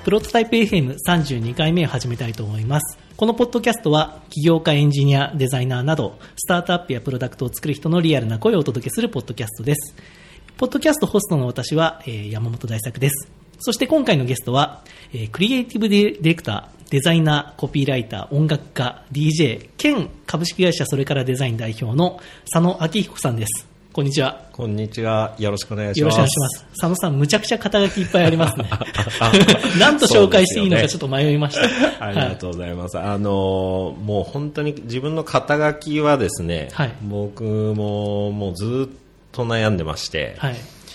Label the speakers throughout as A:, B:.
A: プロトタイプ FM32 回目を始めたいと思います。このポッドキャストは起業家、エンジニア、デザイナーなどスタートアップやプロダクトを作る人のリアルな声をお届けするポッドキャストです。ポッドキャストホストの私は、山本大作です。そして今回のゲストは、クリエイティブディレクター、デザイナー、コピーライター、音楽家、DJ 兼株式会社それからデザイン代表の佐野明彦さんです。こんにちは。
B: こんにちは。よろしくお願いします。
A: よろしくお願いします。佐野さん、むちゃくちゃ肩書きいっぱいありますね。何と紹介していいのかちょっと迷いました。
B: ありがとうございます。もう本当に自分の肩書きはですね、はい、僕もうずっと悩んでまして、はい、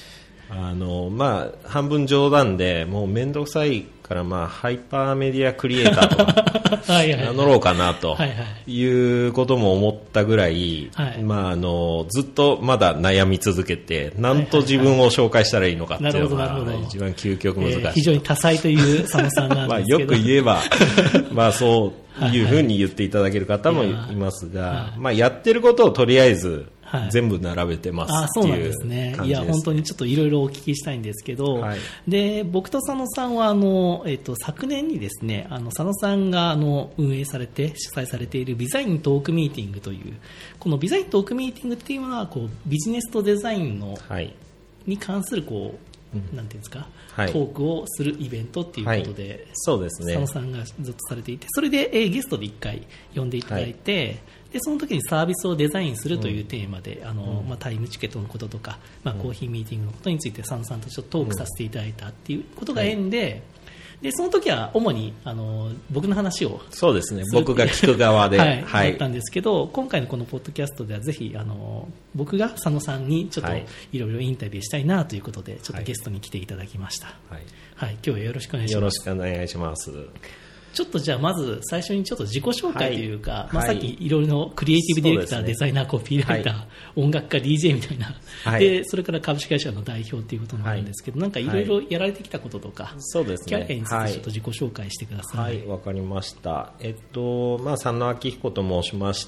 B: 半分冗談でもうめんどくさいからハイパーメディアクリエイターとか名乗ろうかなということも思ったぐらい、ずっとまだ悩み続けて、なんと自分を紹介したらいいのかっていうのが一番究極難しい。
A: 非常に多彩という佐野さんなんですけど
B: よく言えばそういうふうに言っていただける方もいますが、やってることをとりあえず全部並べてますっていう感じです。
A: そうなんですね。いや本当にちょっといろいろお聞きしたいんですけど、で僕と佐野さんは昨年にですね、佐野さんが運営されて主催されているビザイントークミーティングという、このビザイントークミーティングっていうのはビジネスとデザインの、に関するなんていうんですか、トークをするイベントっていうことで、
B: そうですね、
A: 佐野さんがずっとされていて、それで、ゲストで1回呼んでいただいて、でその時にサービスをデザインするというテーマで、タイムチケットのこととか、コーヒーミーティングのことについて佐野さんとちょっとトークさせていただいたっていうことが縁で、でその時は主に僕の話を
B: そうですね、僕が聞く側で、
A: だったんですけど、今回のこのポッドキャストではぜひ僕が佐野さんにちょっといろいろインタビューしたいなということで、ちょっとゲストに来ていただきました。今日はよろしくお願いします。
B: よろしくお願いします。
A: ちょっとじゃあまず最初にちょっと自己紹介というか、さっきいろいろのクリエイティブディレクター、デザイナー、コピーライター、音楽家、DJ みたいな、でそれから株式会社の代表ということなんですけど、なんかいろいろやられてきたこととか、
B: そうですね、
A: キャリアについてちょっと自己紹介してください。
B: わかりました。佐野明彦と申しまして、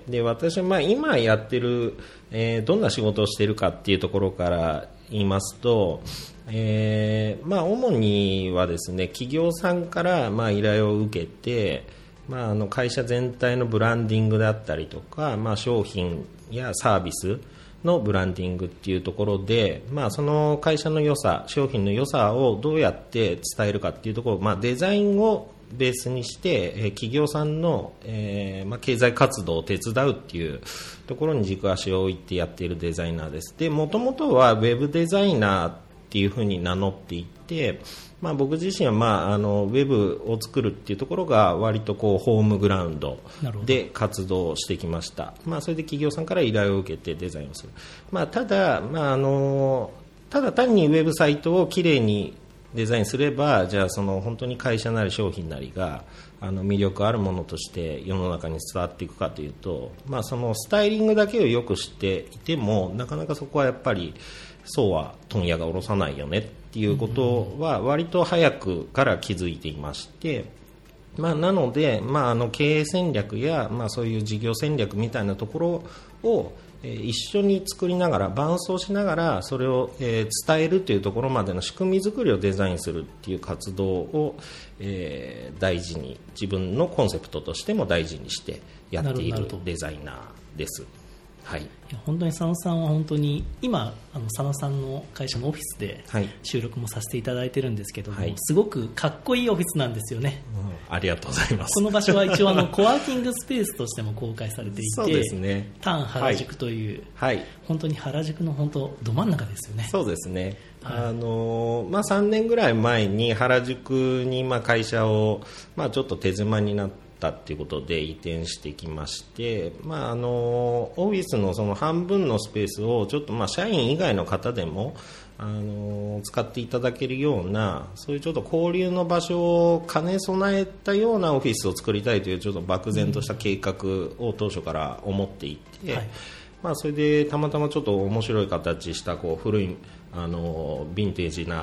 B: で私は今やってる、どんな仕事をしているかっていうところから言いますと、主にはですね、企業さんから依頼を受けて、会社全体のブランディングだったりとか、商品やサービスのブランディングっていうところで、その会社の良さ、商品の良さをどうやって伝えるかっていうところ、デザインをベースにして企業さんの、経済活動を手伝うっていうところに軸足を置いてやっているデザイナーです。で、もともとはウェブデザイナーっていうふうに名乗っていて、僕自身は、ウェブを作るっていうところが割とホームグラウンドで活動してきました。それで企業さんから依頼を受けてデザインをする。ただ単にウェブサイトをきれいにデザインすれば、じゃあ本当に会社なり商品なりが魅力あるものとして世の中に伝わっていくかというと、そのスタイリングだけをよく知っていてもなかなかそこはやっぱりそうは問屋が下ろさないよねっていうことは割と早くから気づいていまして、なので、経営戦略や、そういう事業戦略みたいなところを一緒に作りながら伴走しながらそれを伝えるというところまでの仕組み作りをデザインするっていう活動を大事に、自分のコンセプトとしても大事にしてやっているデザイナーです。い
A: や本当に佐野さんは本当に今佐野さんの会社のオフィスで収録もさせていただいてるんですけども、すごくかっこいいオフィスなんですよね。
B: ありがとうございます。
A: この場所は一応コワーキングスペースとしても公開されていて、
B: そうですね、
A: ターン原宿という、本当に原宿の本当ど真ん中ですよね。
B: そうですね、3年ぐらい前に原宿に会社をちょっと手狭になってっていうことで移転してきまして、オフィスのその半分のスペースをちょっと社員以外の方でも使っていただけるような、そういうちょっと交流の場所を兼ね備えたようなオフィスを作りたいというちょっと漠然とした計画を当初から思っていて、それでたまたまちょっと面白い形した古いヴィンテージな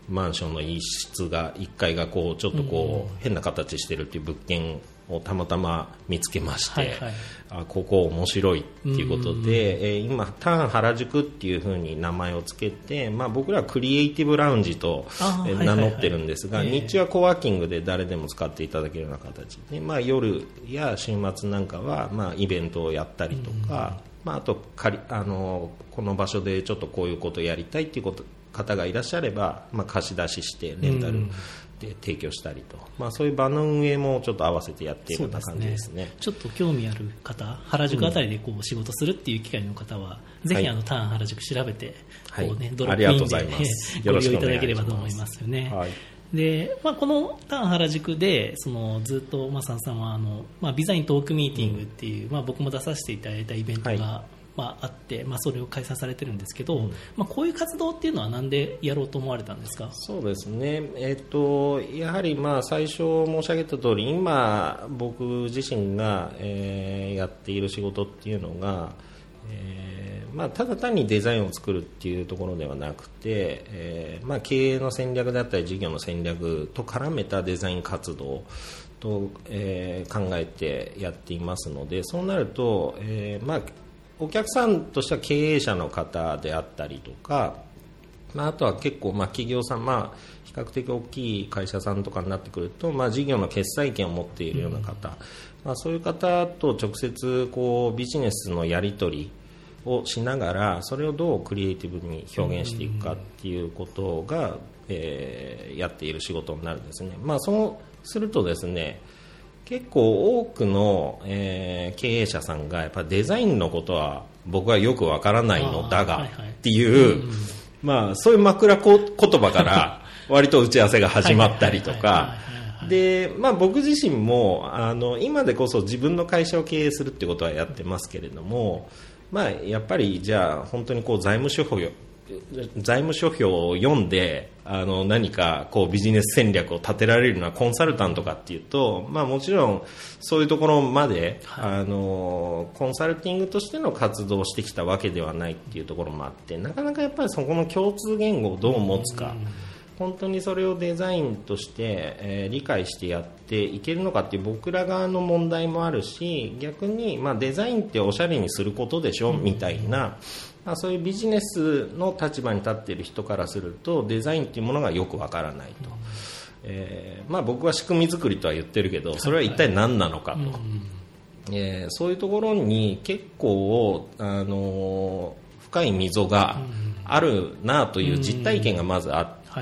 B: マンションの一室が1階がこうちょっとこう変な形してるっていう物件をたまたま見つけまして、
A: はいはい、
B: ここ面白いっていうことで、今ターン原宿っていう風に名前をつけて、僕らはクリエイティブラウンジと名乗ってるんですが、日中はコワーキングで誰でも使っていただけるような形で、夜や週末なんかはイベントをやったりとか、あとこの場所でちょっとこういうことをやりたいっていう方がいらっしゃれば、貸し出ししてレンタルで提供したりと、そういう場の運営もちょっと合わせてやっているような感じですね。
A: ちょっと興味ある方、原宿あたりでこう仕事するっていう機会の方は、ぜひターン原宿調べて、ドロップインでご利用いただければと思いますよね。でこのターン原宿でずっと正さんはビザイントークミーティングっていう、僕も出させていただいたイベントが、あって、それを開催されてるんですけど、こういう活動っていうのはなんでやろうと思われたんですか？
B: そうですね、やはり最初申し上げた通り、今僕自身が、やっている仕事っていうのが、ただ単にデザインを作るっていうところではなくて、経営の戦略であったり事業の戦略と絡めたデザイン活動と、考えてやっていますので、そうなると、お客さんとしては経営者の方であったりとか、あとは結構企業さん、比較的大きい会社さんとかになってくると、事業の決裁権を持っているような方、そういう方と直接こうビジネスのやり取りをしながら、それをどうクリエイティブに表現していくかっていうことが、やっている仕事になるんですね。そうするとですね、結構多くの、経営者さんがやっぱデザインのことは僕はよくわからないのだがっていう、そういう枕言葉から割と打ち合わせが始まったりとかで、僕自身も今でこそ自分の会社を経営するってことはやってますけれども、やっぱりじゃあ本当にこう財務諸表を読んで何かこうビジネス戦略を立てられるのはコンサルタントかっていうと、もちろんそういうところまで、コンサルティングとしての活動をしてきたわけではないっていうところもあって、なかなかやっぱりそこの共通言語をどう持つか、本当にそれをデザインとして、理解してやっていけるのかっていう僕ら側の問題もあるし、逆に、デザインっておしゃれにすることでしょみたいな、そういうビジネスの立場に立っている人からするとデザインというものがよくわからないと、僕は仕組み作りとは言ってるけど、それは一体何なのかと、そういうところに結構深い溝があるなという実体験がまずあって、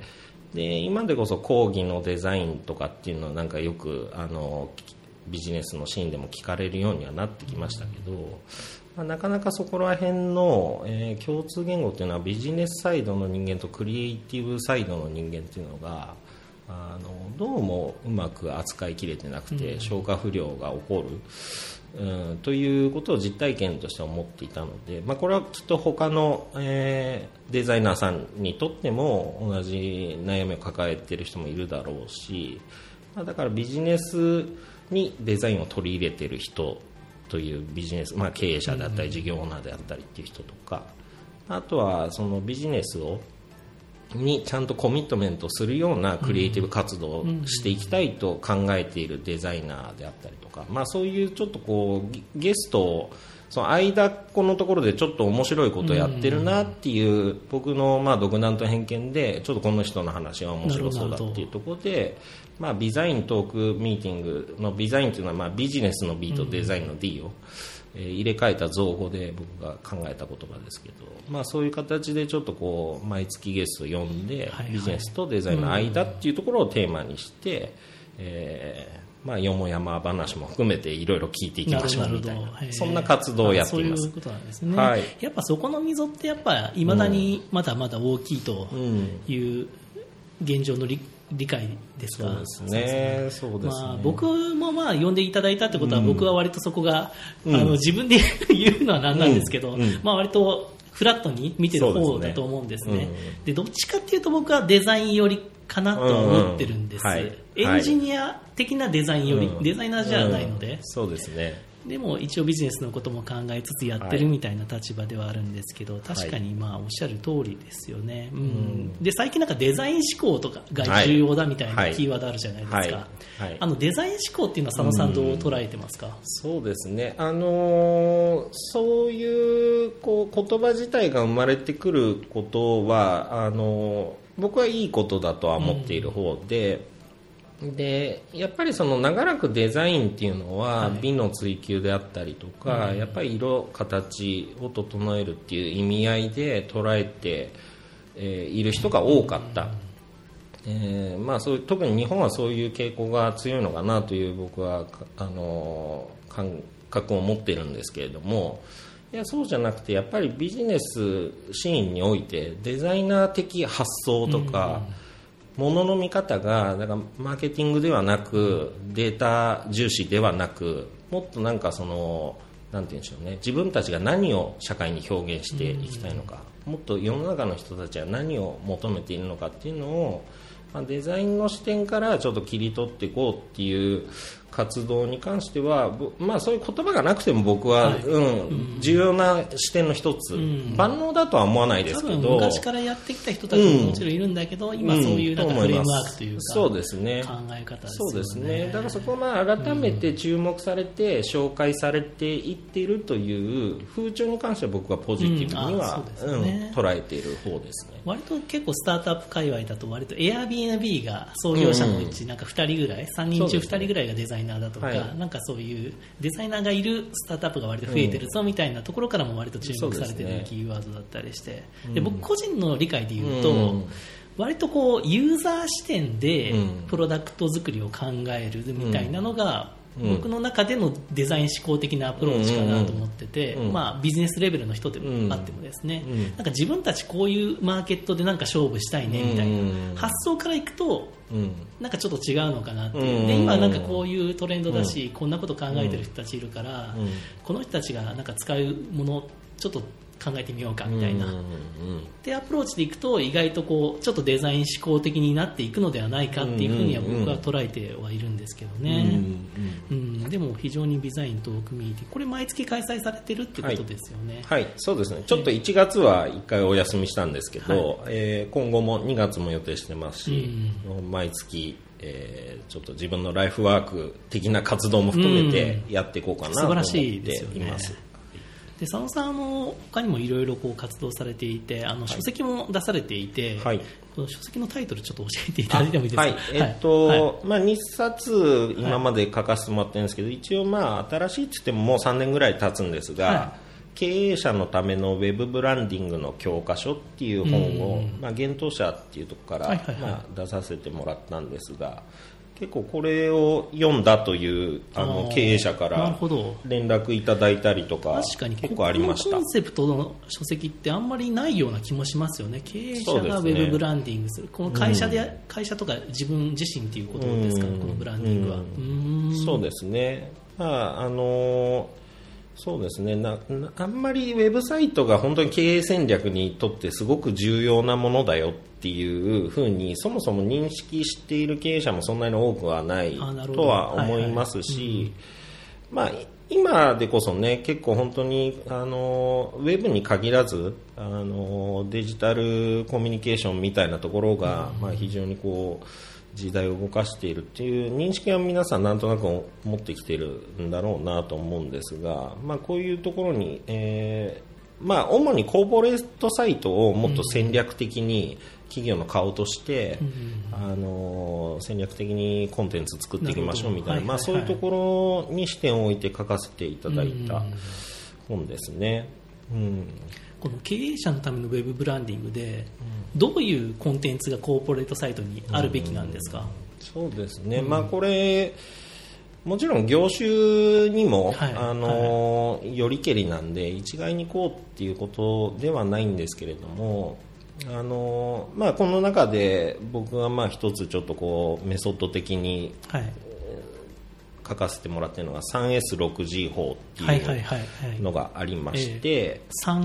B: で今でこそ講義のデザインとかっていうのはなんかよくビジネスのシーンでも聞かれるようにはなってきましたけど、なかなかそこら辺の、共通言語っていうのはビジネスサイドの人間とクリエイティブサイドの人間っていうのがどうもうまく扱いきれてなくて、消化不良が起こる、ということを実体験として思っていたので、これはきっと他の、デザイナーさんにとっても同じ悩みを抱えている人もいるだろうし、だからビジネスにデザインを取り入れている人というビジネス、経営者であったり事業オーナーであったりっていう人とか、あとはそのビジネスにちゃんとコミットメントするようなクリエイティブ活動をしていきたいと考えているデザイナーであったりとか、そういうちょっとこうゲストをその間っこのところでちょっと面白いことをやってるなっていう僕の独断と偏見でちょっとこの人の話は面白そうだっていうところで、ビザイントークミーティングのビザインというのはビジネスの B とデザインの D を入れ替えた造語で僕が考えた言葉ですけど、そういう形でちょっとこう毎月ゲストを呼んで、ビジネスとデザインの間っていうところをテーマにして、よもやま話も含めていろいろ聞いていきましょうみたいな、そんな活動をやっています。
A: そういうことなんですね。やっぱそこの溝ってやっぱ未だにまだまだ大きいという現状の理解ですか？
B: そうですね。
A: 僕も呼んでいただいたってことは、僕は割とそこが、自分で言うのはなんなんですけど、割とフラットに見てる方だと思うんですね。でどっちかっていうと僕はデザイン寄りかなと思ってるんです。エンジニア的なデザインより、デザイナーじゃないので、
B: そうですね。
A: でも一応ビジネスのことも考えつつやってるみたいな立場ではあるんですけど、確かにまあおっしゃる通りですよね、で最近なんかデザイン思考とかが重要だみたいなキーワードあるじゃないですか、デザイン思考っていうのは佐野さんどう捉えてますか？
B: そうですね、そういうこう言葉自体が生まれてくることは僕はいいことだとは思っている方で、でやっぱりその長らくデザインっていうのは美の追求であったりとか、やっぱり色形を整えるっていう意味合いで捉えて、いる人が多かった、特に日本はそういう傾向が強いのかなという僕は感覚を持っているんですけれども、いやそうじゃなくてやっぱりビジネスシーンにおいてデザイナー的発想とか、ものの見方がだからマーケティングではなくデータ重視ではなく、もっとなんかなんて言うんでしょうね、自分たちが何を社会に表現していきたいのか、もっと世の中の人たちは何を求めているのかっていうのを、デザインの視点からちょっと切り取っていこうっていう活動に関しては、そういう言葉がなくても僕は、重要な視点の一つ、万能だとは思わないですけど、多分
A: 昔からやってきた人たちももちろんいるんだけど、今そういうなんかフレームワークというか、
B: そうですね、
A: 考え方ですよね。
B: そうですね、だからそこは改めて注目されて、紹介されていっているという風潮に関しては僕はポジティブには、捉えている方ですね。
A: 割と結構スタートアップ界隈だと割と Airbnb が創業者のうちなんか2人ぐらい、3人中2人ぐらいがデザイナーだとか、なんかそういうデザイナーがいるスタートアップが割と増えてるぞみたいなところからも割と注目されてるキーワードだったりして、で僕個人の理解で言うと、割とこうユーザー視点でプロダクト作りを考えるみたいなのが、僕の中でのデザイン思考的なアプローチかなと思ってて、ビジネスレベルの人でもあってもですね、なんか自分たちこういうマーケットでなんか勝負したいねみたいな発想からいくと、なんかちょっと違うのかなっていう、で今なんかこういうトレンドだし、こんなこと考えてる人たちいるから、この人たちがなんか使うものちょっと考えてみようかみたいな、でアプローチでいくと意外とこうちょっとデザイン思考的になっていくのではないかっていうふうには僕は捉えてはいるんですけどね、でも非常にデザイントークミーティング、これ毎月開催されてるってことですよね。
B: はい、そうですね、ちょっと1月は1回お休みしたんですけど、今後も2月も予定してますし、毎月ちょっと自分のライフワーク的な活動も含めてやっていこうかなと思っています。
A: で佐野さん他にもいろいろ活動されていて、書籍も出されていて、この書籍のタイトルちょっと教えていただいてもいいですか？
B: 2冊今まで書かせてもらってるんですけど、一応新しいって言ってももう3年ぐらい経つんですが、経営者のためのウェブブランディングの教科書っていう本を、幻冬舎っていうところから出させてもらったんですが、結構これを読んだという経営者から連絡いただいたりとか結構ありました。
A: このコンセプトの書籍ってあんまりないような気もしますよね。経営者がウェブブランディングする、この会社とか自分自身ということですかね、このブランディングは。
B: そうですね、そうですね、あんまりウェブサイトが本当に経営戦略にとってすごく重要なものだよっていうふうにそもそも認識している経営者もそんなに多くはないとは思いますし、今でこそね、結構本当にウェブに限らずデジタルコミュニケーションみたいなところが非常に時代を動かしているっていう認識は皆さんなんとなく持ってきているんだろうなと思うんですが、こういうところに、主にコーポレートサイトをもっと戦略的に企業の顔として、戦略的にコンテンツ作っていきましょうみたいな、そういうところに視点を置いて書かせていただいた本ですね。
A: この経営者のためのウェブブランディングで、どういうコンテンツがコーポレートサイトにあるべきなんですか？
B: そうですね、これもちろん業種にも、よりけりなんで一概にこうっていうことではないんですけれども、この中で僕が一つちょっとメソッド的に書かせてもらっているのが 3S6G 法っていうのがありまして、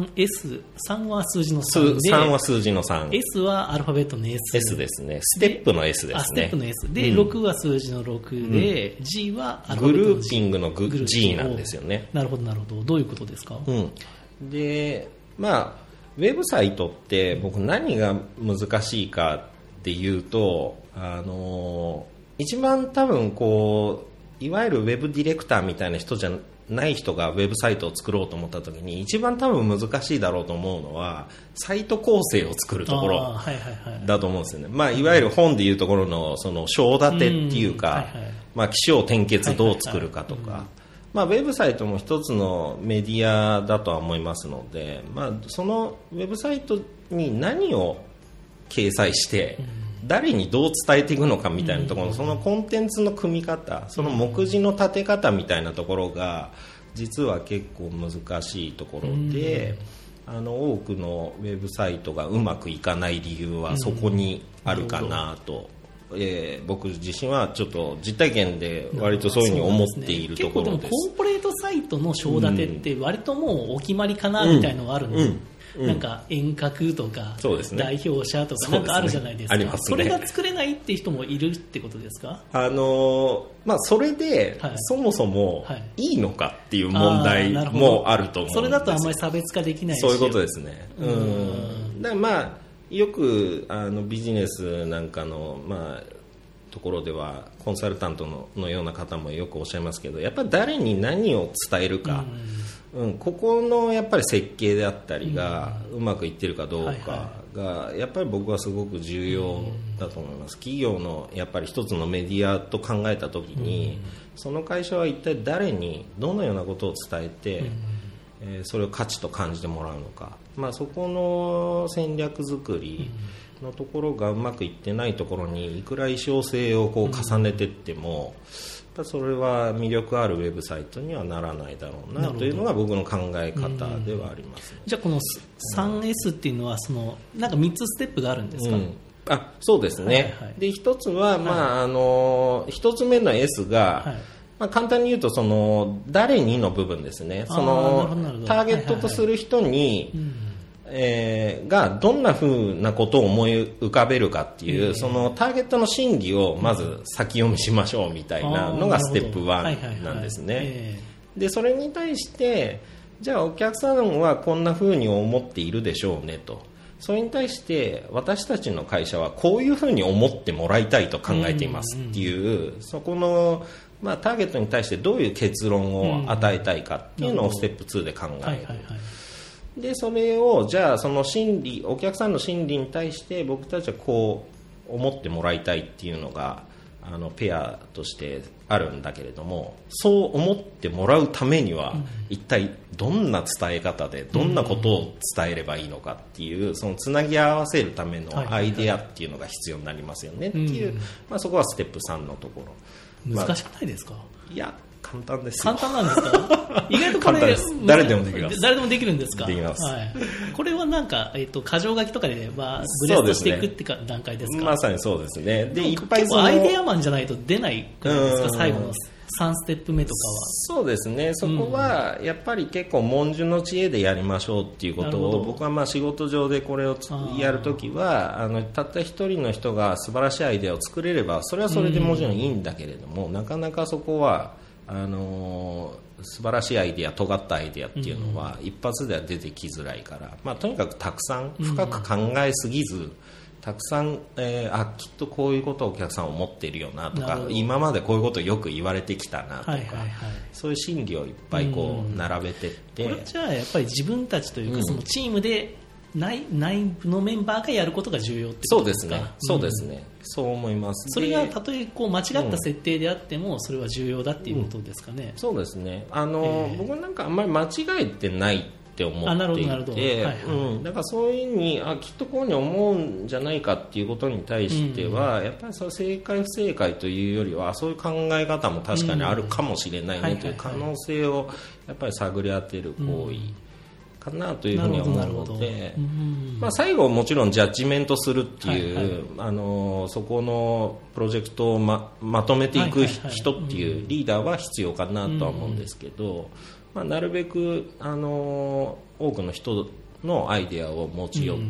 A: 3は数字の3で、
B: 3は数字の3、
A: S はアルファベットの
B: S ですね、ステップの S ですね。
A: ステップの S で、6は数字の6で、G はアルファ
B: グ
A: ベットの
B: ルーピングの G なんですよね。
A: なるほどなるほど。どういうことですか？
B: で、まあウェブサイトって僕何が難しいかっていうと、一番多分こういわゆるウェブディレクターみたいな人じゃない人がウェブサイトを作ろうと思った時に一番多分難しいだろうと思うのはサイト構成を作るところだと思うんですよね。まあ、いわゆる本でいうところのその章立てっていうか、まあ、起承転結どう作るかとか、まあ、ウェブサイトも一つのメディアだとは思いますので、まあ、そのウェブサイトに何を掲載して誰にどう伝えていくのかみたいなところのそのコンテンツの組み方、その目次の立て方みたいなところが実は結構難しいところで、多くのウェブサイトがうまくいかない理由はそこにあるかなと、僕自身はちょっと実体験で割とそういうふうに思っているところです。
A: 結構でもコーポレートサイトの章立てって割ともうお決まりかなみたいなのがあるので、なんか遠隔とか代表者とかなんかあるじゃないですか。 それが作れないっていう人もいるってことですか？
B: まあ、それで、そもそもいいのかっていう問題もあると思うんです。
A: それだとあんまり差別化できないし、
B: そういうことですね。だからまあよくビジネスなんかの、まあ、ところではコンサルタントのような方もよくおっしゃいますけど、やっぱり誰に何を伝えるか、ここのやっぱり設計であったりがうまくいってるかどうかがやっぱり僕はすごく重要だと思います。企業のやっぱり一つのメディアと考えたときに、その会社は一体誰にどのようなことを伝えて、それを価値と感じてもらうのか、まあ、そこの戦略作りのところがうまくいってないところにいくら意匠性をこう重ねていっても、やっぱそれは魅力あるウェブサイトにはならないだろうなというのが僕の考え方ではあります、ね。
A: じゃあこの 3S っていうのはなんか3つステップがあるんですか？
B: そうですね。で一つは、まあ一つ目の S が、まあ、簡単に言うとその誰にの部分ですね。そのターゲットとする人に、がどんな風なことを思い浮かべるかっていう、そのターゲットの心理をまず先読みしましょうみたいなのがステップ1なんですね。でそれに対してじゃあお客さんはこんな風に思っているでしょうねと、それに対して私たちの会社はこういう風に思ってもらいたいと考えていますっていう、そこのまあ、ターゲットに対してどういう結論を与えたいかっていうのをステップ2で考える。でそれをじゃあその心理、お客さんの心理に対して僕たちはこう思ってもらいたいっていうのがペアとしてあるんだけれども、そう思ってもらうためには一体どんな伝え方でどんなことを伝えればいいのかっていう、そのつなぎ合わせるためのアイデアっていうのが必要になりますよねっていう、まあ、そこはステップ3のところ。
A: 難しくないですか？
B: いや簡単ですよ。
A: 簡単なんですか？意外とこれ
B: 誰でもできます。
A: 誰でもできるんですか？
B: できます。
A: これはなんか箇条書きとかではブレストしていくってか段階ですか？
B: まさにそうですね。でいっぱい
A: アイデアマンじゃないと出ないくらいですか？最後の3ステップ目とかは。そう
B: ですね。そこはやっぱり結構文殊の知恵でやりましょうっていうことを、僕はまあ仕事上でこれをやるときはたった一人の人が素晴らしいアイデアを作れればそれはそれでもちろんいいんだけれども、なかなかそこは素晴らしいアイデア、尖ったアイデアっていうのは一発では出てきづらいから、まあ、とにかくたくさん深く考えすぎず、たくさん、きっとこういうことをお客さん思っているよなとか、今までこういうことをよく言われてきたなとか、そういう心理をいっぱいこう並べていって、
A: これじゃあやっぱり自分たちというか、そのチームで内部のメンバーがやることが重要ってことですか？
B: そうですね、そう思います。
A: それがたとえこう間違った設定であっても、それは重要だっていうことですかね？
B: そうですね。僕なんかあんまり間違えてないって思っていて、だからそういうふうにきっとこういうふうに思うんじゃないかっていうことに対しては、やっぱりその正解不正解というよりはそういう考え方も確かにあるかもしれないねという可能性をやっぱり探り当てる行為かなというふうには思うので、
A: まあ、
B: 最後もちろんジャッジメントするっていう、そこのプロジェクトを まとめていく人っていうリーダーは必要かなとは思うんですけど、まあ、なるべく多くの人のアイデアを持ち寄って、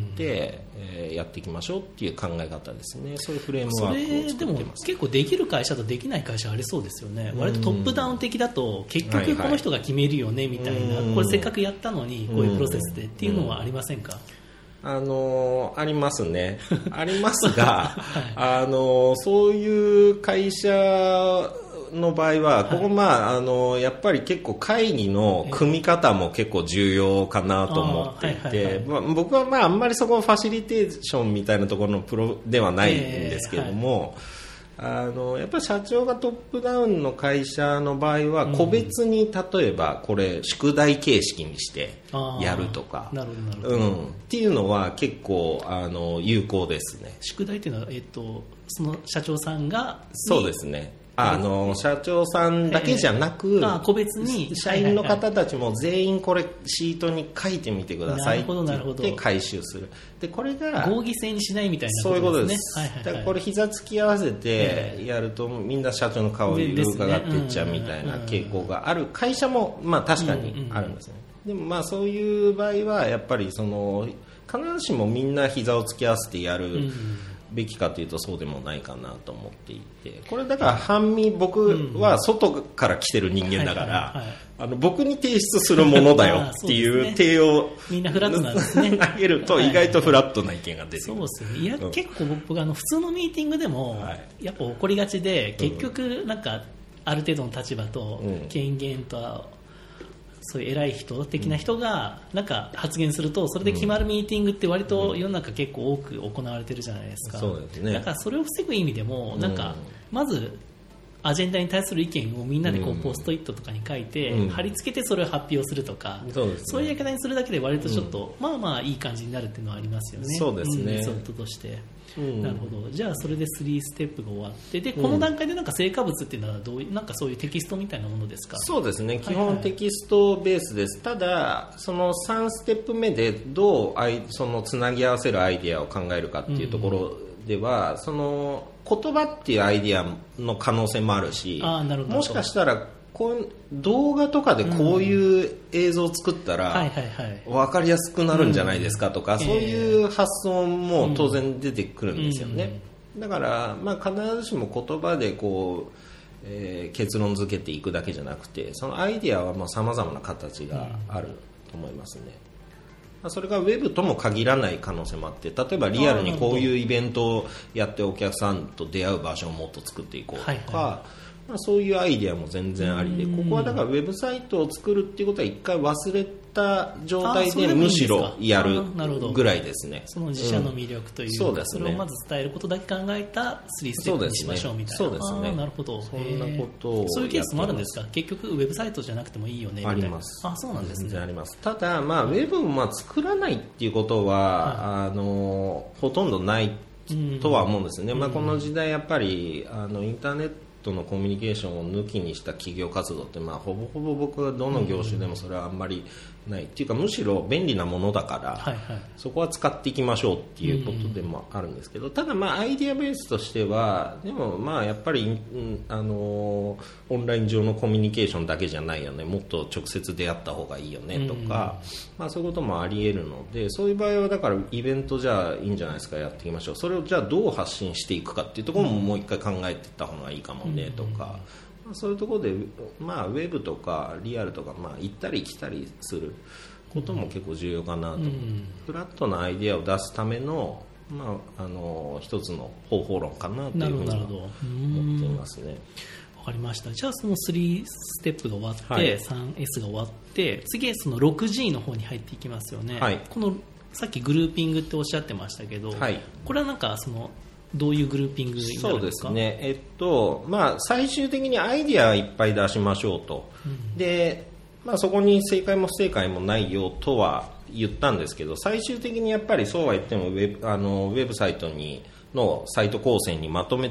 B: やっていきましょうっていう考え方ですね。そういうフレームワークを作ってます。
A: それでも結構できる会社とできない会社ありそうですよね。割とトップダウン的だと結局この人が決めるよねみたいな、これせっかくやったのにこういうプロセスでっていうのはありませんか？
B: ありますね。ありますが、そういう会社の場合は、ここやっぱり結構会議の組み方も結構重要かなと思っていて、僕はあんまりそこのファシリテーションみたいなところのプロではないんですけども、やっぱり社長がトップダウンの会社の場合は個別に例えばこれ宿題形式にしてやるとか、っていうのは結構有効ですね。
A: 宿題っていうのは、その社長さんが
B: そうですね、社長さんだけじゃなく、
A: 個別に
B: 社員の方たちも全員これシートに書いてみてくださいって言って回収する。でこれが
A: 合議制にしないみたいな
B: ことですね。そういうことです。だからこれ膝つき合わせてやるとみんな社長の顔に伺っていっちゃうみたいな傾向がある会社も確かにあるんですね。でもそういう場合はやっぱり必ずしもみんな膝をつき合わせてやるべきかというとそうでもないかなと思っていて、これだから半身僕は外から来てる人間だから僕に提出するものだよっていう提を
A: みんなフラットなんですね
B: 投げると意外とフラットな意見が出てくる。
A: そうですね。いや、結構僕普通のミーティングでもやっぱ起こりがちで、結局なんかある程度の立場と権限とそういう偉い人的な人がなんか発言するとそれで決まるミーティングって割と世の中結構多く行われてるじゃないですか。
B: そうですね。
A: だからそれを防ぐ意味でもなんかまずアジェンダに対する意見をみんなでポストイットとかに書いて貼り付けてそれを発表するとか、そういうやり方にするだけで割とちょっといい感じになるっていうのはありますよね。
B: そうですね。
A: メソッドとして。なるほど。じゃあそれで3ステップが終わって、でこの段階でなんか成果物っていうのはなんかそういうテキストみたいなものですか？
B: そうですね。基本テキストベースです。ただその3ステップ目でどうそのつなぎ合わせるアイデアを考えるかっていうところでは、その言葉っていうアイデアの可能性もあるし、もしかしたらこういう動画とかでこういう映像を作ったら分かりやすくなるんじゃないですかとか、そういう発想も当然出てくるんですよね。だから必ずしも言葉で結論付けていくだけじゃなくて、そのアイデアは様々な形があると思いますね。それがウェブとも限らない可能性もあって、例えばリアルにこういうイベントをやってお客さんと出会う場所をもっと作っていこうとか、そういうアイデアも全然ありで、ここはだからウェブサイトを作るっていうことは一回忘れた状態でむしろやるぐらいですね。
A: その自社の魅力というか、それをまず伝えることだけ考えた3ステップにしましょうみたいな。
B: そうですね。
A: なるほど。
B: そんなことを
A: そういうケースもあるんですか？結局ウェブサイトじゃなくてもいいよねみたいな。
B: あります。
A: そうなんですね。
B: 全然あります。ただウェブを作らないっていうことはほとんどないとは思うんですよね。この時代やっぱりインターネットのコミュニケーションを抜きにした企業活動ってほぼほぼ僕はどの業種でもそれはあんまりないっていうか、むしろ便利なものだから、そこは使っていきましょうっていうことでもあるんですけど、ただアイデアベースとしてはでもやっぱりオンライン上のコミュニケーションだけじゃないよね、もっと直接出会った方がいいよねとか、そういうこともあり得るので、そういう場合はだからイベントじゃあいいんじゃないですか、やっていきましょう、それをじゃあどう発信していくかっていうところももう一回考えていった方がいいかもねとか、そういうところでウェブとかリアルとか行ったり来たりすることも結構重要かなと思う。フラットなアイデアを出すための一つの方法論かなというふうに思っていますね。
A: わかりました。じゃあその3ステップが終わって、3S が終わって次その 6G の方に入っていきますよね。このさっきグルーピングっておっしゃってましたけど、これはなんかどういうグルーピングになるんですか？
B: そうですね。最終的にアイディアはいっぱい出しましょうと。で、そこに正解も不正解もないよとは言ったんですけど、最終的にやっぱりそうは言ってもウェブサイトのサイト構成にまとめて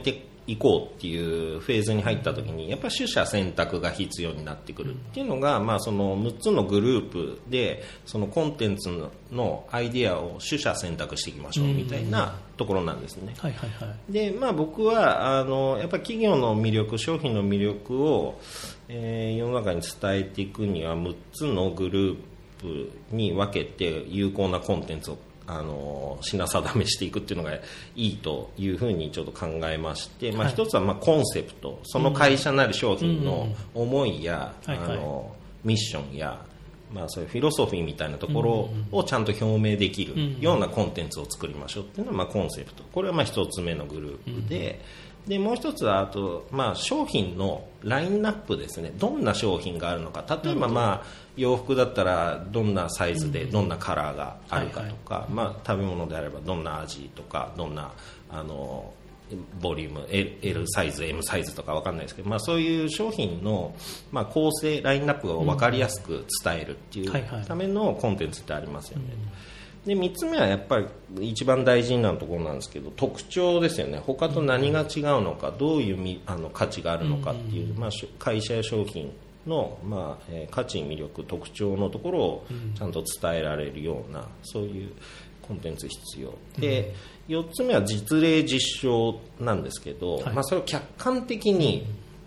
B: 行こうっていうフェーズに入った時にやっぱり取捨選択が必要になってくるっていうのが、まあ、その6つのグループでそのコンテンツのアイデアを取捨選択していきましょうみたいなところなんですね。
A: はいはいはい、で、
B: まあ、僕はやっぱり企業の魅力商品の魅力を、世の中に伝えていくには6つのグループに分けて有効なコンテンツを品定めしていくっていうのがいいというふうにちょっと考えまして、まあ、一つはまあコンセプト、その会社なる商品の思いや、ミッションや、まあ、そういうフィロソフィーみたいなところをちゃんと表明できるようなコンテンツを作りましょうっていうのはまあコンセプト、これはまあ一つ目のグループで、もう一つはあと、まあ、商品のラインナップですね。どんな商品があるのか、例えば、まあ、洋服だったらどんなサイズでどんなカラーがあるかとか、まあ、食べ物であればどんな味とかどんなボリューム L サイズ M サイズとか分かんないですけど、まあ、そういう商品の、まあ、構成ラインナップを分かりやすく伝えるっていうためのコンテンツってありますよね。で3つ目はやっぱり一番大事なところなんですけど、特徴ですよね。他と何が違うのか、どういう価値があるのかっていう、まあ、会社や商品の、まあ価値、魅力、特徴のところをちゃんと伝えられるような、そういうコンテンツ必要で、4つ目は実例実証なんですけど、まあ、それを客観的に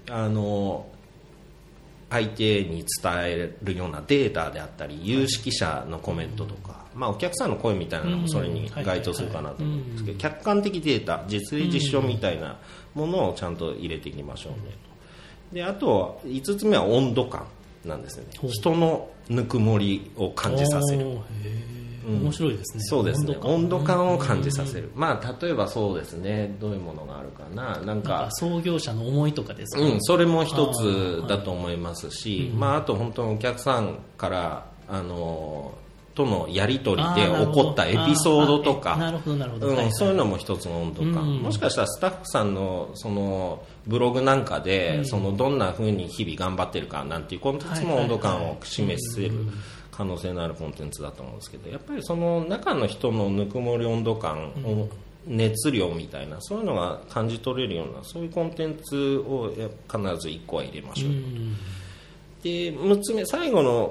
B: 相手に伝えるようなデータであったり、有識者のコメントとか、まあ、お客さんの声みたいなのもそれに該当するかなと思うんですけど、客観的データ、実例実証みたいなものをちゃんと入れていきましょうね。で、あと5つ目は温度感なんですよね。人のぬくもりを感じさせる。
A: 面白いですね。
B: そうですね。温度感を感じさせる。まあ、例えばそうですね。どういうものがあるかな。なんか
A: 創業者の思いとかですか。
B: それも一つだと思いますし、まあ、あと本当にお客さんからとのやり取りで起こったエピソードとか、そういうのも一つの温度感、もしかしたらスタッフさんのそのブログなんかで、そのどんな風に日々頑張ってるかなんていうコンテンツも温度感を示せる可能性のあるコンテンツだと思うんですけど、やっぱりその中の人のぬくもり、温度感、熱量みたいな、そういうのが感じ取れるような、そういうコンテンツを必ず1個は入れましょう。で、6つ目、最後の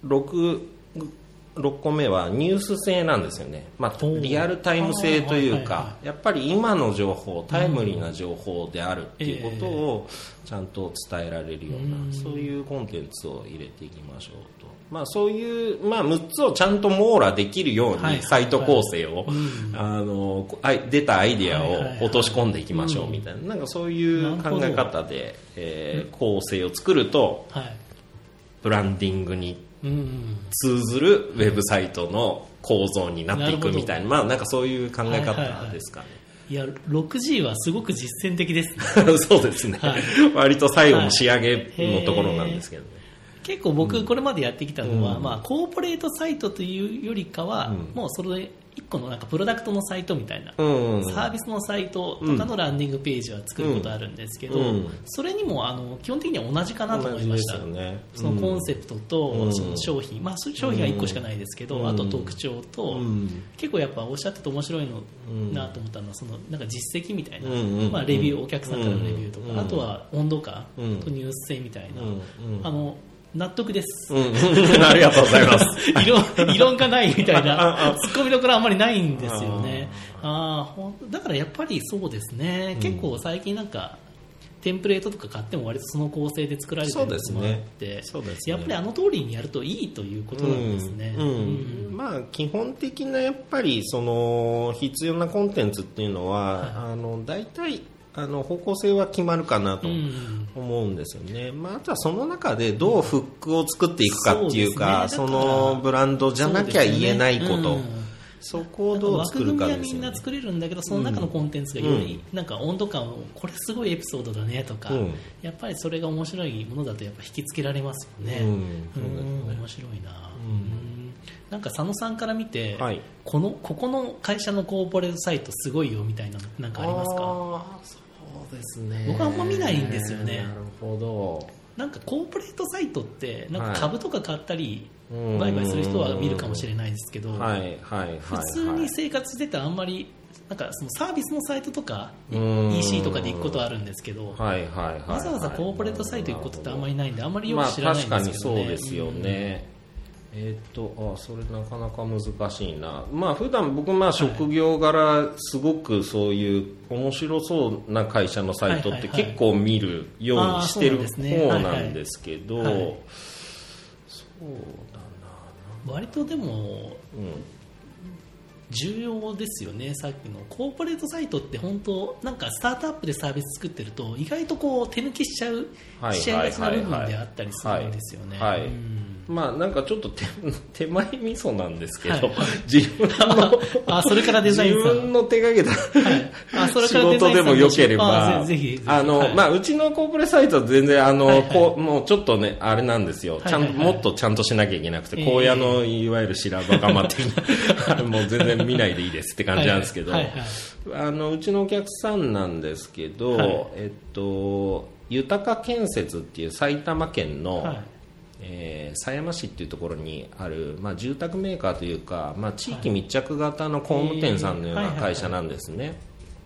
B: 6個目はニュース性なんですよね。まあ、リアルタイム性というか、やっぱり今の情報、タイムリーな情報であるっていうことをちゃんと伝えられるような、そういうコンテンツを入れていきましょうと。まあ、そういう、まあ、6つをちゃんと網羅できるようにサイト構成を、出たアイデアを落とし込んでいきましょうみたいな、なんかそういう考え方で、構成を作ると、ブランディングに通ずるウェブサイトの構造になっていくみたいな、まあ、なんかそういう考え方ですかね。
A: いや 6G はすごく実践的です
B: ね。そうですね、割と最後の仕上げのところなんですけどね。
A: 結構僕これまでやってきたのは、まあ、コーポレートサイトというよりかは、もうそれ1個のなんかプロダクトのサイトみたいな、サービスのサイトとかのランディングページは作ることあるんですけど、それにも基本的には同じかなと思いました。そのコンセプトとその商品、まあ、商品は1個しかないですけど、あと特徴と、結構やっぱおっしゃってて面白いのなと思ったのは、そのなんか実績みたいな、まあ、レビュー、お客さんからのレビューとか、あとは温度感とニュース性みたいな、納得です。
B: ありがとうございます。
A: 異論がないみたいな、ツッコミどころあんまりないんですよね。だからやっぱりそうですね、結構最近なんか、テンプレートとか買っても割とその構成で作られてるのもあって、やっぱりあの通りにやるといいということなんですね。
B: まあ、基本的なやっぱりその必要なコンテンツっていうのは、大体方向性は決まるかなと思うんですよね。まあ、あとはその中でどうフックを作っていくかっていうか、そのブランドじゃなきゃ言えないこと、そこをどう作るかですよね。枠組みはみんな作れるんだけど、その中のコンテンツがよりなんか温度感を、これすごいエピソードだねとか、やっぱりそれが面白いものだとやっぱ引きつけられますよね。面白いな。なんか佐野さんから見て、ここの会社のコーポレートサイトすごいよみたいななんかありますか？ そうですね。
A: 僕はあんま見ないんですよね。
B: なるほど。
A: なんかコーポレートサイトってなんか株とか買ったり売買する人は見るかもしれないですけど、普通に生活しててあんまりなんかそのサービスのサイトとか EC とかで行くことはあるんですけど、わざわざコーポレートサイト行くことってあんまりないんで、あんまりよく知らないんですけどね。
B: 確かにそうですよね。それなかなか難しいな。普段僕職業柄すごくそういう面白そうな会社のサイトって結構見るようにしてる方なんですけど、そうだな。
A: 割とでも、重要ですよね。さっきのコーポレートサイトって本当なんかスタートアップでサービス作ってると意外とこう手抜きしちゃうしがちな部分であったりするんですよね。なんかちょっと手前味噌なんですけど、自分のそれからデザインさん
B: 自分の手がけた仕事でもよければ、
A: ぜひ
B: うちのコーポレサイトは全然もうちょっとねあれなんですよ。もっとちゃんとしなきゃいけなくて、荒野のいわゆる白馬釜的なもう全然見ないでいいですって感じなんですけど、うちのお客さんなんですけど、豊建設っていう埼玉県の狭山市っていうところにある、住宅メーカーというか、地域密着型の工務店さんのような会社なんですね。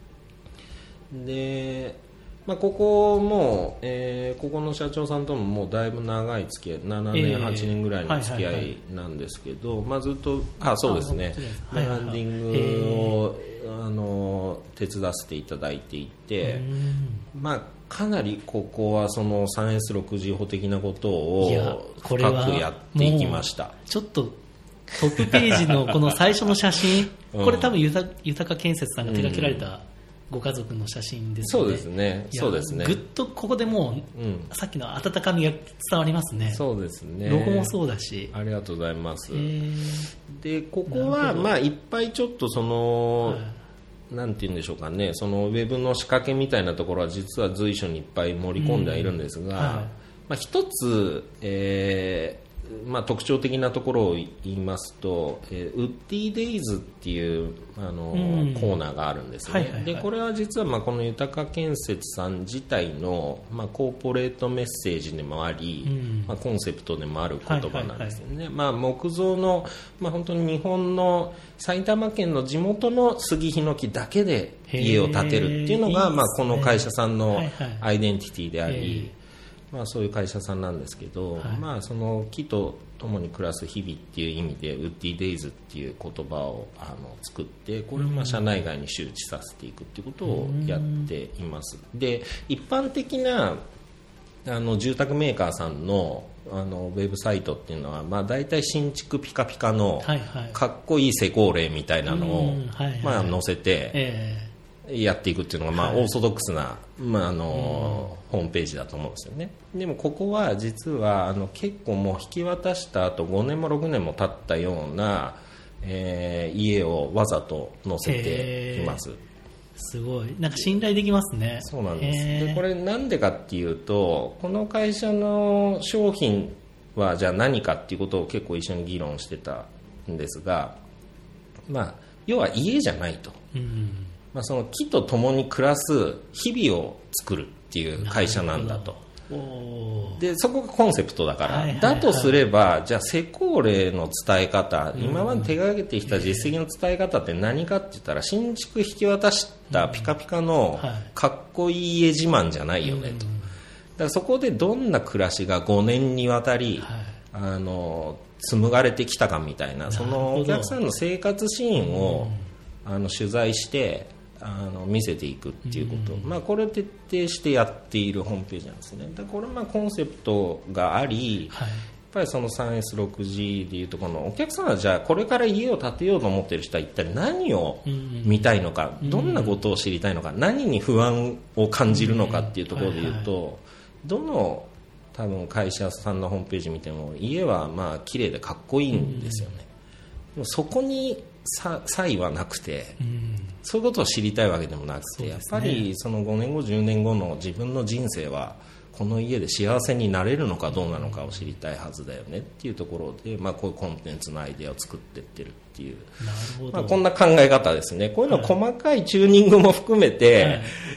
B: で、ここも、ここの社長さんとももうだいぶ長い付き合い、7年、8年ぐらいの付き合いなんですけど、ずっとそうですね、ブランディングを手伝わせていただいていて、かなりここはその 3S6G 法的なことを深くやっていきました。
A: ちょっとトップページのこの最初の写真これ多分豊建設さんが手掛けられたご家族の写真ですね。
B: そうですね。そうですね。
A: ぐっとここでもう、さっきの温かみが伝わりますね。
B: そうですね。
A: ロゴもそうだし。
B: ありがとうございます。でここはいっぱいちょっとその、なんて言うんでしょうかね、そのウェブの仕掛けみたいなところは実は随所にいっぱい盛り込んではいるんですが、一つ、特徴的なところを言いますと、ウッディデイズっていうコーナーがあるんですね。でこれは実はこの豊建設さん自体の、コーポレートメッセージでもあり、コンセプトでもある言葉なんですよね。木造の、本当に日本の埼玉県の地元の杉ヒノキだけで家を建てるっていうのが、この会社さんのアイデンティティであり、そういう会社さんなんですけど、その木と共に暮らす日々っていう意味でウッディデイズっていう言葉を作って、これを社内外に周知させていくっていうことをやっています。で一般的な住宅メーカーさんのウェブサイトっていうのは、大体新築ピカピカのかっこいい施工例みたいなのを載せてやっていくっていうのが、オーソドックスな、ホームページだと思うんですよね。でもここは実は結構もう引き渡した後5年も6年も経ったような、家をわざと載せています。
A: すごいなんか信頼できますね。
B: そうなんです。でこれなんでかっていうと、この会社の商品はじゃあ何かっていうことを結構一緒に議論してたんですが、要は家じゃないと、その木と共に暮らす日々を作るっていう会社なんだと。でそこがコンセプトだから、だとすればじゃあ施工例の伝え方、今まで手がけてきた実績の伝え方って何かって言ったら、新築引き渡したピカピカのかっこいい家自慢じゃないよねと。だからそこでどんな暮らしが5年にわたり、紡がれてきたかみたいな、そのお客さんの生活シーンを取材して見せていくっていうこと、これを徹底してやっているホームページなんですね。だからこれコンセプトがあり、やっぱりその 3S6G でいうとこのお客さんはじゃあこれから家を建てようと思っている人は一体何を見たいのか、どんなことを知りたいのか、何に不安を感じるのかっていうところでいうと、どの多分会社さんのホームページ見ても家は綺麗でかっこいいんですよね。でもそこに差異はなくて、そういうことを知りたいわけでもなくて、やっぱりその5年後10年後の自分の人生はこの家で幸せになれるのかどうなのかを知りたいはずだよねっていうところで、こういうコンテンツのアイデアを作っていってるっていう、こんな考え方ですね。こういうの細かいチューニングも含めて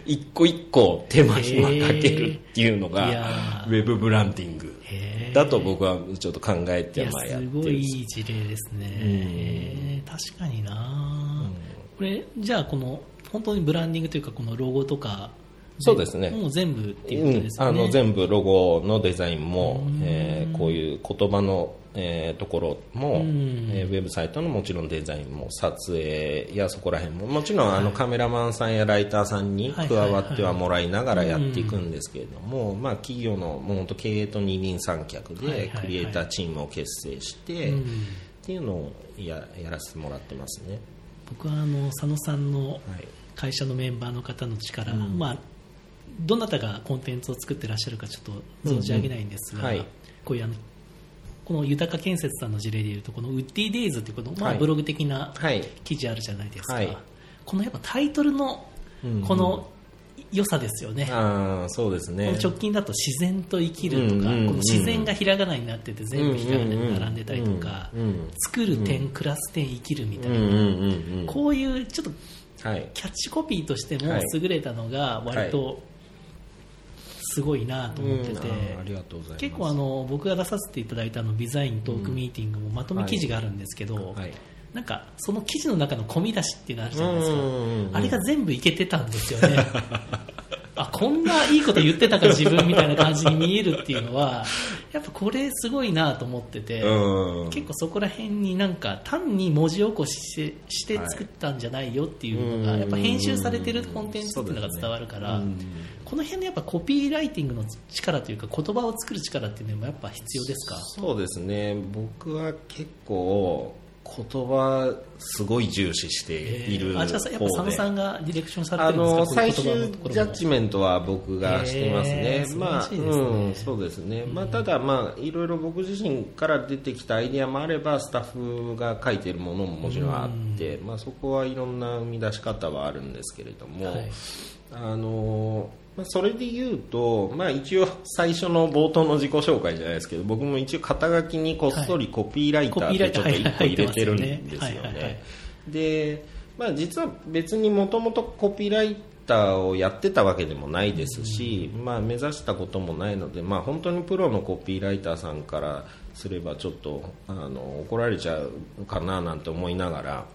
B: 一個一個手間暇かけるっていうのがウェブブランディングだと僕はちょっと考えてやってる。
A: すごいいい事例ですね。確かにな、これじゃあこの本当にブランディングというかこのロゴとか
B: そうですね、
A: もう全部っていうことですよね。
B: 全部ロゴのデザインも、こういう言葉の、ところも、ウェブサイトのもちろんデザインも撮影やそこら辺ももちろんカメラマンさんやライターさんに加わってはもらいながらやっていくんですけれども、まあ、企業のもう本当経営と二人三脚でクリエイターチームを結成してっていうのをやらせてもらってますね。
A: 僕は佐野さんの会社のメンバーの方の力、まあどなたがコンテンツを作ってらっしゃるかちょっと存じ上げないんですが、こういうこの豊建設さんの事例でいうとこのウッディデイズというこの、まあ、ブログ的な記事あるじゃないですか、このやっぱタイトルのこの良さですよね。
B: そうですね。
A: この直近だと自然と生きるとか、この自然がひらがなになってて全部ひらがなに並んでたりとか、作る点暮らす点生きるみたいな、こういうちょっとキャッチコピーとしても優れたのが割とすごいなと思ってて、結構僕が出させていただいたデザイントークミーティングもまとめ記事があるんですけど、なんかその記事の中の込み出しっていうのあるじゃないですか。あれが全部いけてたんですよね。こんないいこと言ってたか自分みたいな感じに見えるっていうのはやっぱこれすごいなと思ってて、結構そこら辺になんか単に文字起こしして作ったんじゃないよっていうのがやっぱ編集されてるコンテンツっていうのが伝わるから、この辺のやっぱコピーライティングの力というか言葉を作る力っていうのもやっぱ必要ですか？
B: そうですね。僕は結構言葉すごい重視している方で、
A: じゃあやっぱ佐野さんがディレクションされてるんですか？
B: 最終ジャッジメントは僕がしてますね。そうですね。ただいろいろ僕自身から出てきたアイデアもあればスタッフが書いているものももちろんあって、そこはいろんな生み出し方はあるんですけれども、それで言うと、一応最初の冒頭の自己紹介じゃないですけど、僕も一応肩書きにこっそりコピーライターってちょっと一個入れてるんですよね。で、実は別にもともとコピーライターをやってたわけでもないですし、目指したこともないので、本当にプロのコピーライターさんからすればちょっと怒られちゃうかななんて思いながら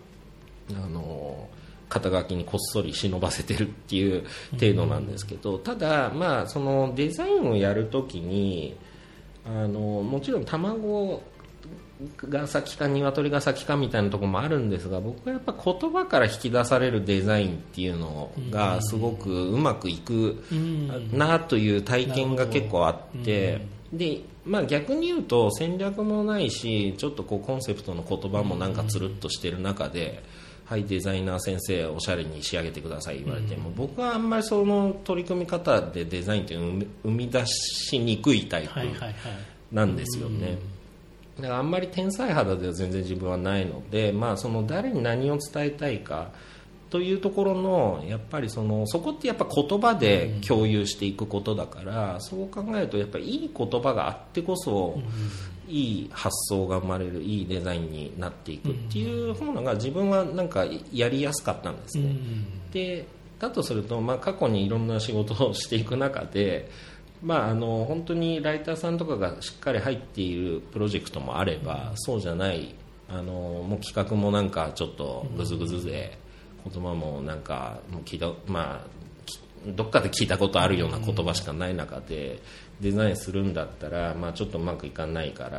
B: 肩書きにこっそり忍ばせてるっていう程度なんですけど、ただ、そのデザインをやるときにもちろん卵が先か鶏が先かみたいなところもあるんですが、僕はやっぱ言葉から引き出されるデザインっていうのがすごくうまくいくなという体験が結構あって、で逆に言うと戦略もないし、ちょっとコンセプトの言葉もなんかつるっとしてる中で、はい、デザイナー先生おしゃれに仕上げてください言われても、僕はあんまりその取り組み方でデザインって生み出しにくいタイプなんですよね。だからあんまり天才肌では全然自分はないので、その誰に何を伝えたいかというところのやっぱりそこってやっぱ言葉で共有していくことだから、そう考えるとやっぱりいい言葉があってこそいい発想が生まれる、いいデザインになっていくっていう方のが自分はなんかやりやすかったんですね。でだとすると、過去にいろんな仕事をしていく中で、本当にライターさんとかがしっかり入っているプロジェクトもあれば、そうじゃないもう企画もなんかちょっとグズグズで、言葉もなんかもうどっかで聞いたことあるような言葉しかない中でデザインするんだったら、ちょっとうまくいかないから、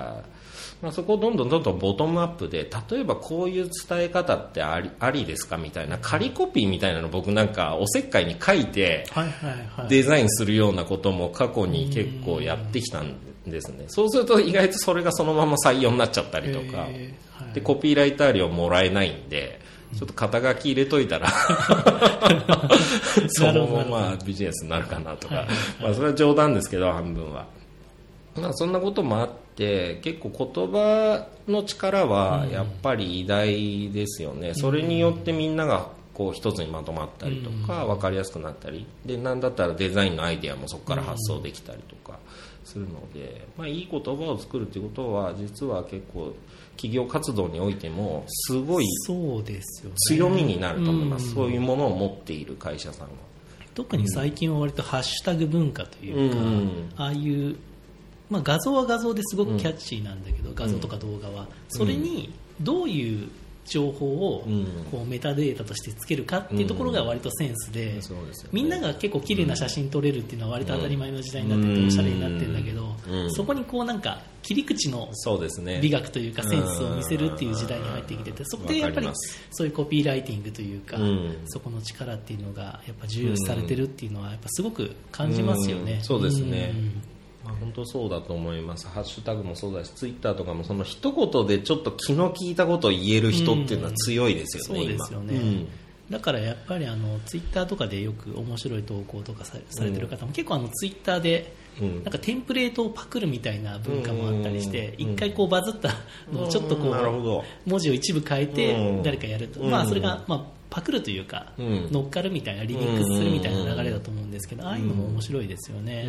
B: そこをどんどんボトムアップで、例えばこういう伝え方ってありですかみたいな仮コピーみたいなの僕なんかおせっかいに書いてデザインするようなことも過去に結構やってきたんですね。そうすると意外とそれがそのまま採用になっちゃったりとかで、コピーライター料もらえないんで、ちょっと肩書き入れといたらそのままビジネスになるかなとか、それは冗談ですけど半分は、そんなこともあって結構言葉の力はやっぱり偉大ですよね。それによってみんながこう一つにまとまったりとか分かりやすくなったりで、なんだったらデザインのアイデアもそこから発想できたりとかするので、いい言葉を作るということは実は結構企業活動においてもすごい強みになると思います。そういうものを持っている会社さんは。
A: 特に最近は割とハッシュタグ文化というか、ああいう、画像は画像ですごくキャッチーなんだけど、画像とか動画はそれにどういう情報をこうメタデータとしてつけるかっていうところが割とセンスで、みんなが結構綺麗な写真撮れるっていうのは割と当たり前の時代になってておしゃれになってるんだけど、そこにこうなんか切り口の美学というかセンスを見せるっていう時代に入ってきてて、そこでやっぱりそういうコピーライティングというか、そこの力っていうのがやっぱ重要視されてるっていうのはやっぱすごく感じますよね。
B: そうですね。本当そうだと思います。ハッシュタグもそうだし、ツイッターとかもその一言でちょっと気の利いたことを言える人っていうのは強いですよね。
A: そうですよね。だからやっぱりツイッターとかでよく面白い投稿とか されてる方も結構ツイッターでなんかテンプレートをパクるみたいな文化もあったりして、一回こうバズったのをちょっとこう文字を一部変えて誰かやると、それがパクるというか乗っかるみたいな、リミックスするみたいな流れだと思うんですけど、ああいうのも面白いですよね。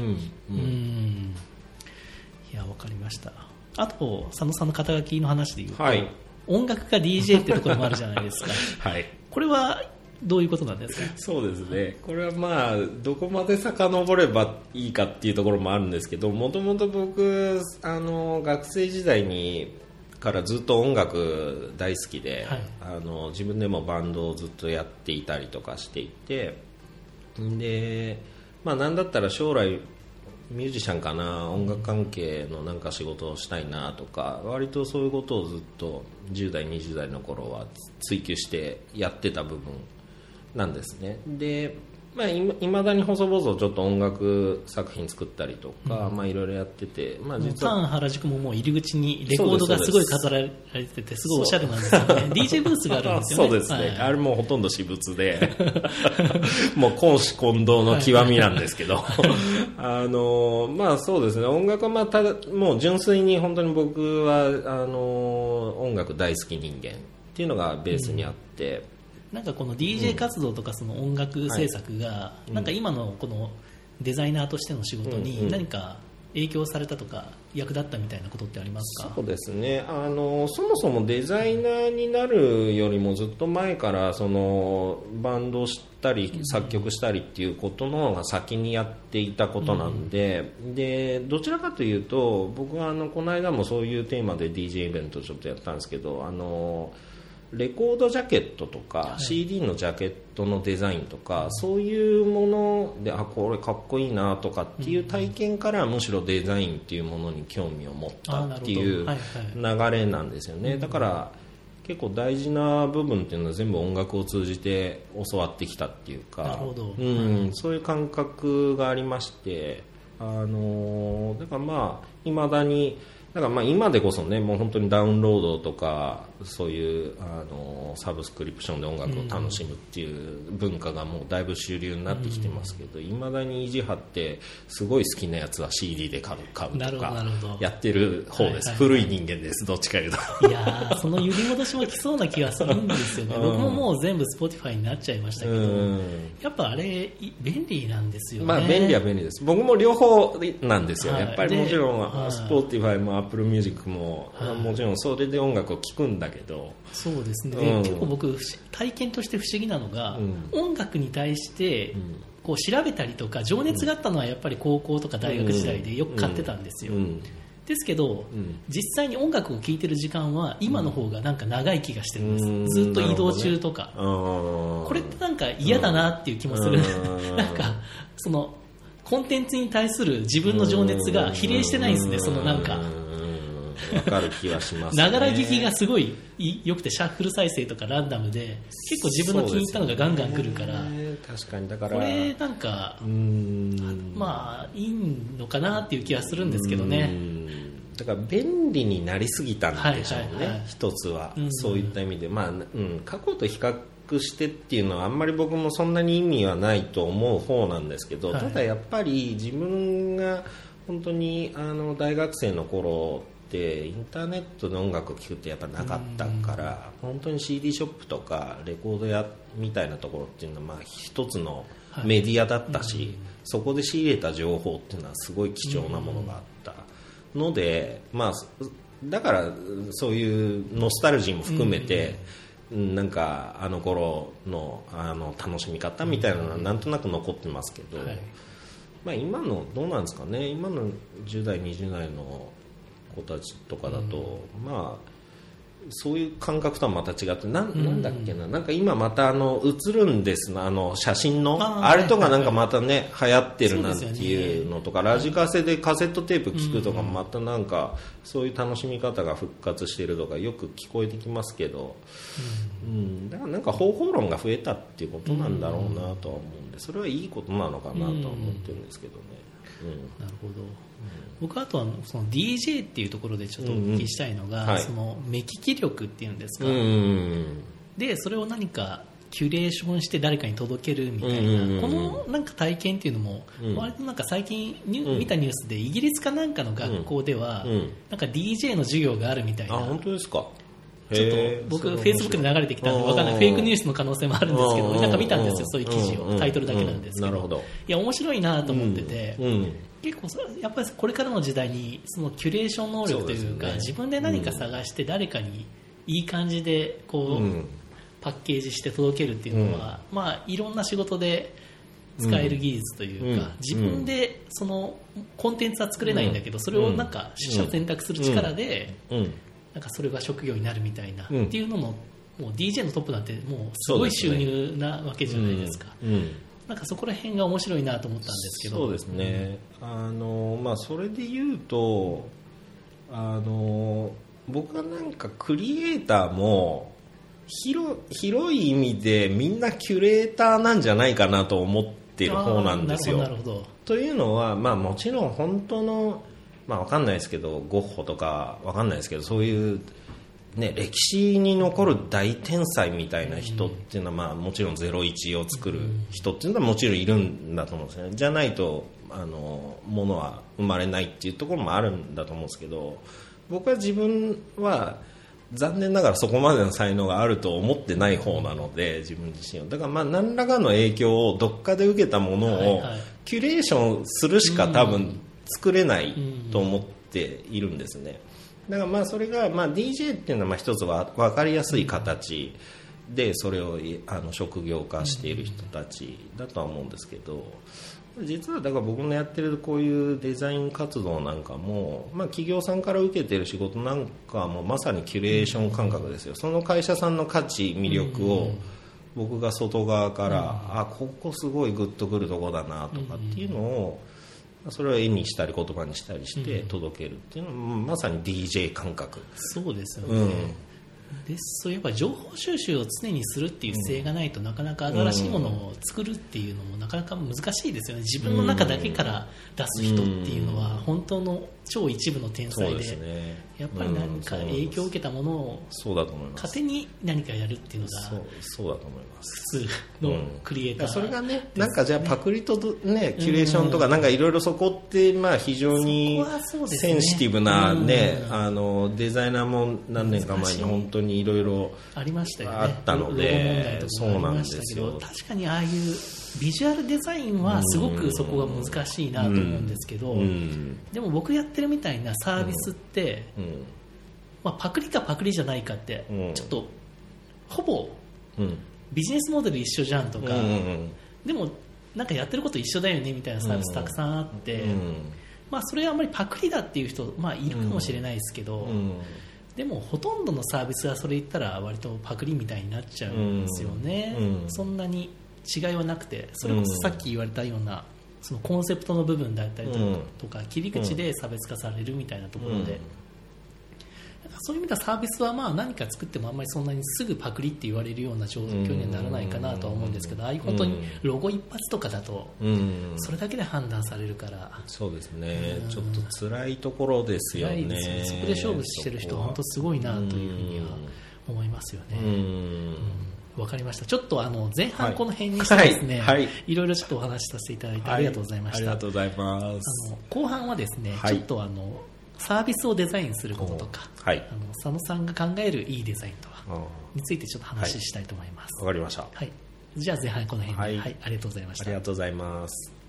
A: いや、わかりました。あと佐野さんの肩書きの話でいうと、音楽家 DJ ってところもあるじゃないですか。これはどういうことなんですか？
B: そうですね、これはどこまで遡ればいいかっていうところもあるんですけど、もともと僕学生時代からずっと音楽大好きで、自分でもバンドをずっとやっていたりとかしていて、で、なんだったら将来ミュージシャンかな、音楽関係のなんか仕事をしたいなとか、割とそういうことをずっと10代20代の頃は追求してやってた部分なんですね。で、いまだに細々ちょっと音楽作品作ったりとか、いろいろやってて、
A: 実は原宿ももう入り口にレコードがすごい飾られてて、すごいおしゃれなんですよね。DJ ブースがあるんですよね。
B: そうですね、あれもほとんど私物でもう公私混同の極みなんですけどそうですね、音楽はただもう純粋に本当に僕は音楽大好き人間っていうのがベースにあって、
A: なんかこの DJ 活動とかその音楽制作がなんか今のこのデザイナーとしての仕事に何か影響されたとか役立ったみたいなことってありますか？
B: そうですね、そもそもデザイナーになるよりもずっと前からそのバンドをしたり作曲したりっていうことの方が先にやっていたことなんで、でどちらかというと僕はこの間もそういうテーマで DJ イベントをちょっとやったんですけど、レコードジャケットとか CD のジャケットのデザインとか、そういうものでこれかっこいいなとかっていう体験からむしろデザインっていうものに興味を持ったっていう流れなんですよね。だから結構大事な部分っていうのは全部音楽を通じて教わってきたっていうか、そういう感覚がありまして、だから未だにだから今でこそね、もう本当にダウンロードとかそういうサブスクリプションで音楽を楽しむっていう文化がもうだいぶ主流になってきてますけど、いまだに意地張ってすごい好きなやつは CD で買うとかやってる方です。古い人間です、どっちかいうと。い
A: やその揺り戻しも来そうな気がするんですよね。僕ももう全部 Spotify になっちゃいましたけど、やっぱあれ便利なんですよね。
B: 便利は便利です。僕も両方なんですよ、やっぱりもちろん Spotify もApple Music ももちろんそれで音楽を聴くんだけど、
A: そうですね、結構僕体験として不思議なのが、音楽に対してこう調べたりとか情熱があったのはやっぱり高校とか大学時代でよく買ってたんですよ。ですけど、実際に音楽を聴いてる時間は今の方がなんか長い気がしてるんです、ずっと移動中とか、これってなんか嫌だなっていう気もする。なんかそのコンテンツに対する自分の情熱が比例してないんですね。そのなんか
B: わかる気はしますね。
A: ながら聞きがすごい良くて、シャッフル再生とかランダムで結構自分の気に入ったのがガンガン来るから、
B: 確かにだから
A: これなんかいいのかなっていう気はするんですけどね。
B: だから便利になりすぎたんでしょうね、一つは、そういった意味で、過去と比較してっていうのはあんまり僕もそんなに意味はないと思う方なんですけど、ただやっぱり自分が本当に大学生の頃ってインターネットで音楽を聴くってやっぱなかったから、本当に CD ショップとかレコード屋みたいなところっていうのは一つのメディアだったし、そこで仕入れた情報っていうのはすごい貴重なものがあったので、だからそういうノスタルジーも含めて、 なんかあの頃の楽しみ方みたいなのはなんとなく残ってますけど、
A: はい、
B: まあ、今のどうなんですかね、今の10代20代の子たちとかだと、まあそういう感覚とはまた違ってなんだっけな、なんか今また映るんですな、写真のあれとかなんかまたね、流行ってるなんていうのとか、ラジカセでカセットテープ聞くとか、またなんかそういう楽しみ方が復活してるとかよく聞こえてきますけど、だからなんか方法論が増えたっていうことなんだろうなとは思うんで、それはいいことなのかなとは思ってるんですけどね。
A: なるほど。僕あとはその DJ っていうところでちょっとお聞きしたいのが、その目利き力っていうんですか、でそれを何かキュレーションして誰かに届けるみたいな、このなんか体験っていうのも、割となんか最近見たニュースでイギリスかなんかの学校では、なんか DJ の授業があるみたいな。
B: 本当ですか。
A: ちょっと僕フェイスブックで流れてきたんで分かんない、フェイクニュースの可能性もあるんですけど、なんか見たんですよ、そういう記事を、タイトルだけなんですけど、いや面白いなと思ってて、結構やっぱりこれからの時代にそのキュレーション能力というか、自分で何か探して誰かにいい感じでこう、パッケージして届けるっていうのは、まあいろんな仕事で使える技術というか、自分でそのコンテンツは作れないんだけど、それをなんか取捨選択する力で、なんかそれが職業になるみたいな、っていうののもう DJ のトップなんてもうすごい収入なわけじゃないですか。なんかそこら辺が面白いなと思ったんですけど。
B: そうですね。まあそれで言うと僕はなんかクリエイターも広い意味でみんなキュレーターなんじゃないかなと思っている方なんですよ。
A: なるほど。
B: というのは、まあ、もちろん本当の、まあ、分かんないですけどゴッホとか分かんないですけど、そういう、ね、歴史に残る大天才みたいな人っていうのは、まあ、もちろん01を作る人っていうのはもちろんいるんだと思うんですよね。じゃないとものは生まれないっていうところもあるんだと思うんですけど、僕は自分は残念ながらそこまでの才能があると思ってない方なので、自分自身をだから、まあ何らかの影響をどっかで受けたものをキュレーションするしか多分作れないと思っているんですね。だからまあそれが、まあ DJ っていうのはまあ一つは分かりやすい形でそれを職業化している人たちだとは思うんですけど、実はだから僕のやってるこういうデザイン活動なんかも、まあ、企業さんから受けてる仕事なんかもまさにキュレーション感覚ですよ。その会社さんの価値魅力を僕が外側から、ここすごいグッとくるとこだなとかっていうのを、それを絵にしたり言葉にしたりして届けるっていうのは、まさに DJ 感覚。
A: そうですよね。でそういえば情報収集を常にするっていう姿勢がないと、なかなか新しいものを作るっていうのもなかなか難しいですよね。自分の中だけから出す人っていうのは本当の超一部の天才 で、やっぱり何か影響を受けたものを勝手に何かやるっていうのが
B: そうだと思います。
A: 普通のクリエイター、
B: それがね、なんかじゃあパクリとねキュレーションとかなんかいろいろそこってまあ非常にセンシティブなね、デザイナーも何年か前に本当にいろいろあったので、そうなんですよ。
A: 確かにああいうビジュアルデザインはすごくそこが難しいなと思うんですけど、でも僕やってるみたいなサービスって、まあ、パクリかパクリじゃないかってちょっとほぼビジネスモデル一緒じゃんとか、でもなんかやってること一緒だよねみたいなサービスたくさんあって、まあ、それはあんまりパクリだっていう人、まあ、いるかもしれないですけど、でもほとんどのサービスはそれ言ったら割とパクリみたいになっちゃうんですよね。そんなに違いはなくて、それこそさっき言われたようなそのコンセプトの部分だったりとか、切り口で差別化されるみたいなところで、そういう意味ではサービスはまあ何か作ってもあんまりそんなにすぐパクリって言われるような状況にはならないかなとは思うんですけど、ああいう本当にロゴ一発とかだとそれだけで判断されるから、
B: そうですね、ちょっと辛いところですよね。
A: そこで勝負してる人は本当すごいなというふうには思いますよね。わかりました。ちょっと前半この辺にしてですね、いろいろちょっとお話しさせていただいてありがとうございました。
B: ありがとうございます。
A: 後半はですね、ちょっとサービスをデザインすることとか、佐野さんが考えるいいデザインとはについてちょっと話したいと思います。
B: わかりました。
A: じゃあ前半この辺で、ありがとうございました。
B: ありがとうございます。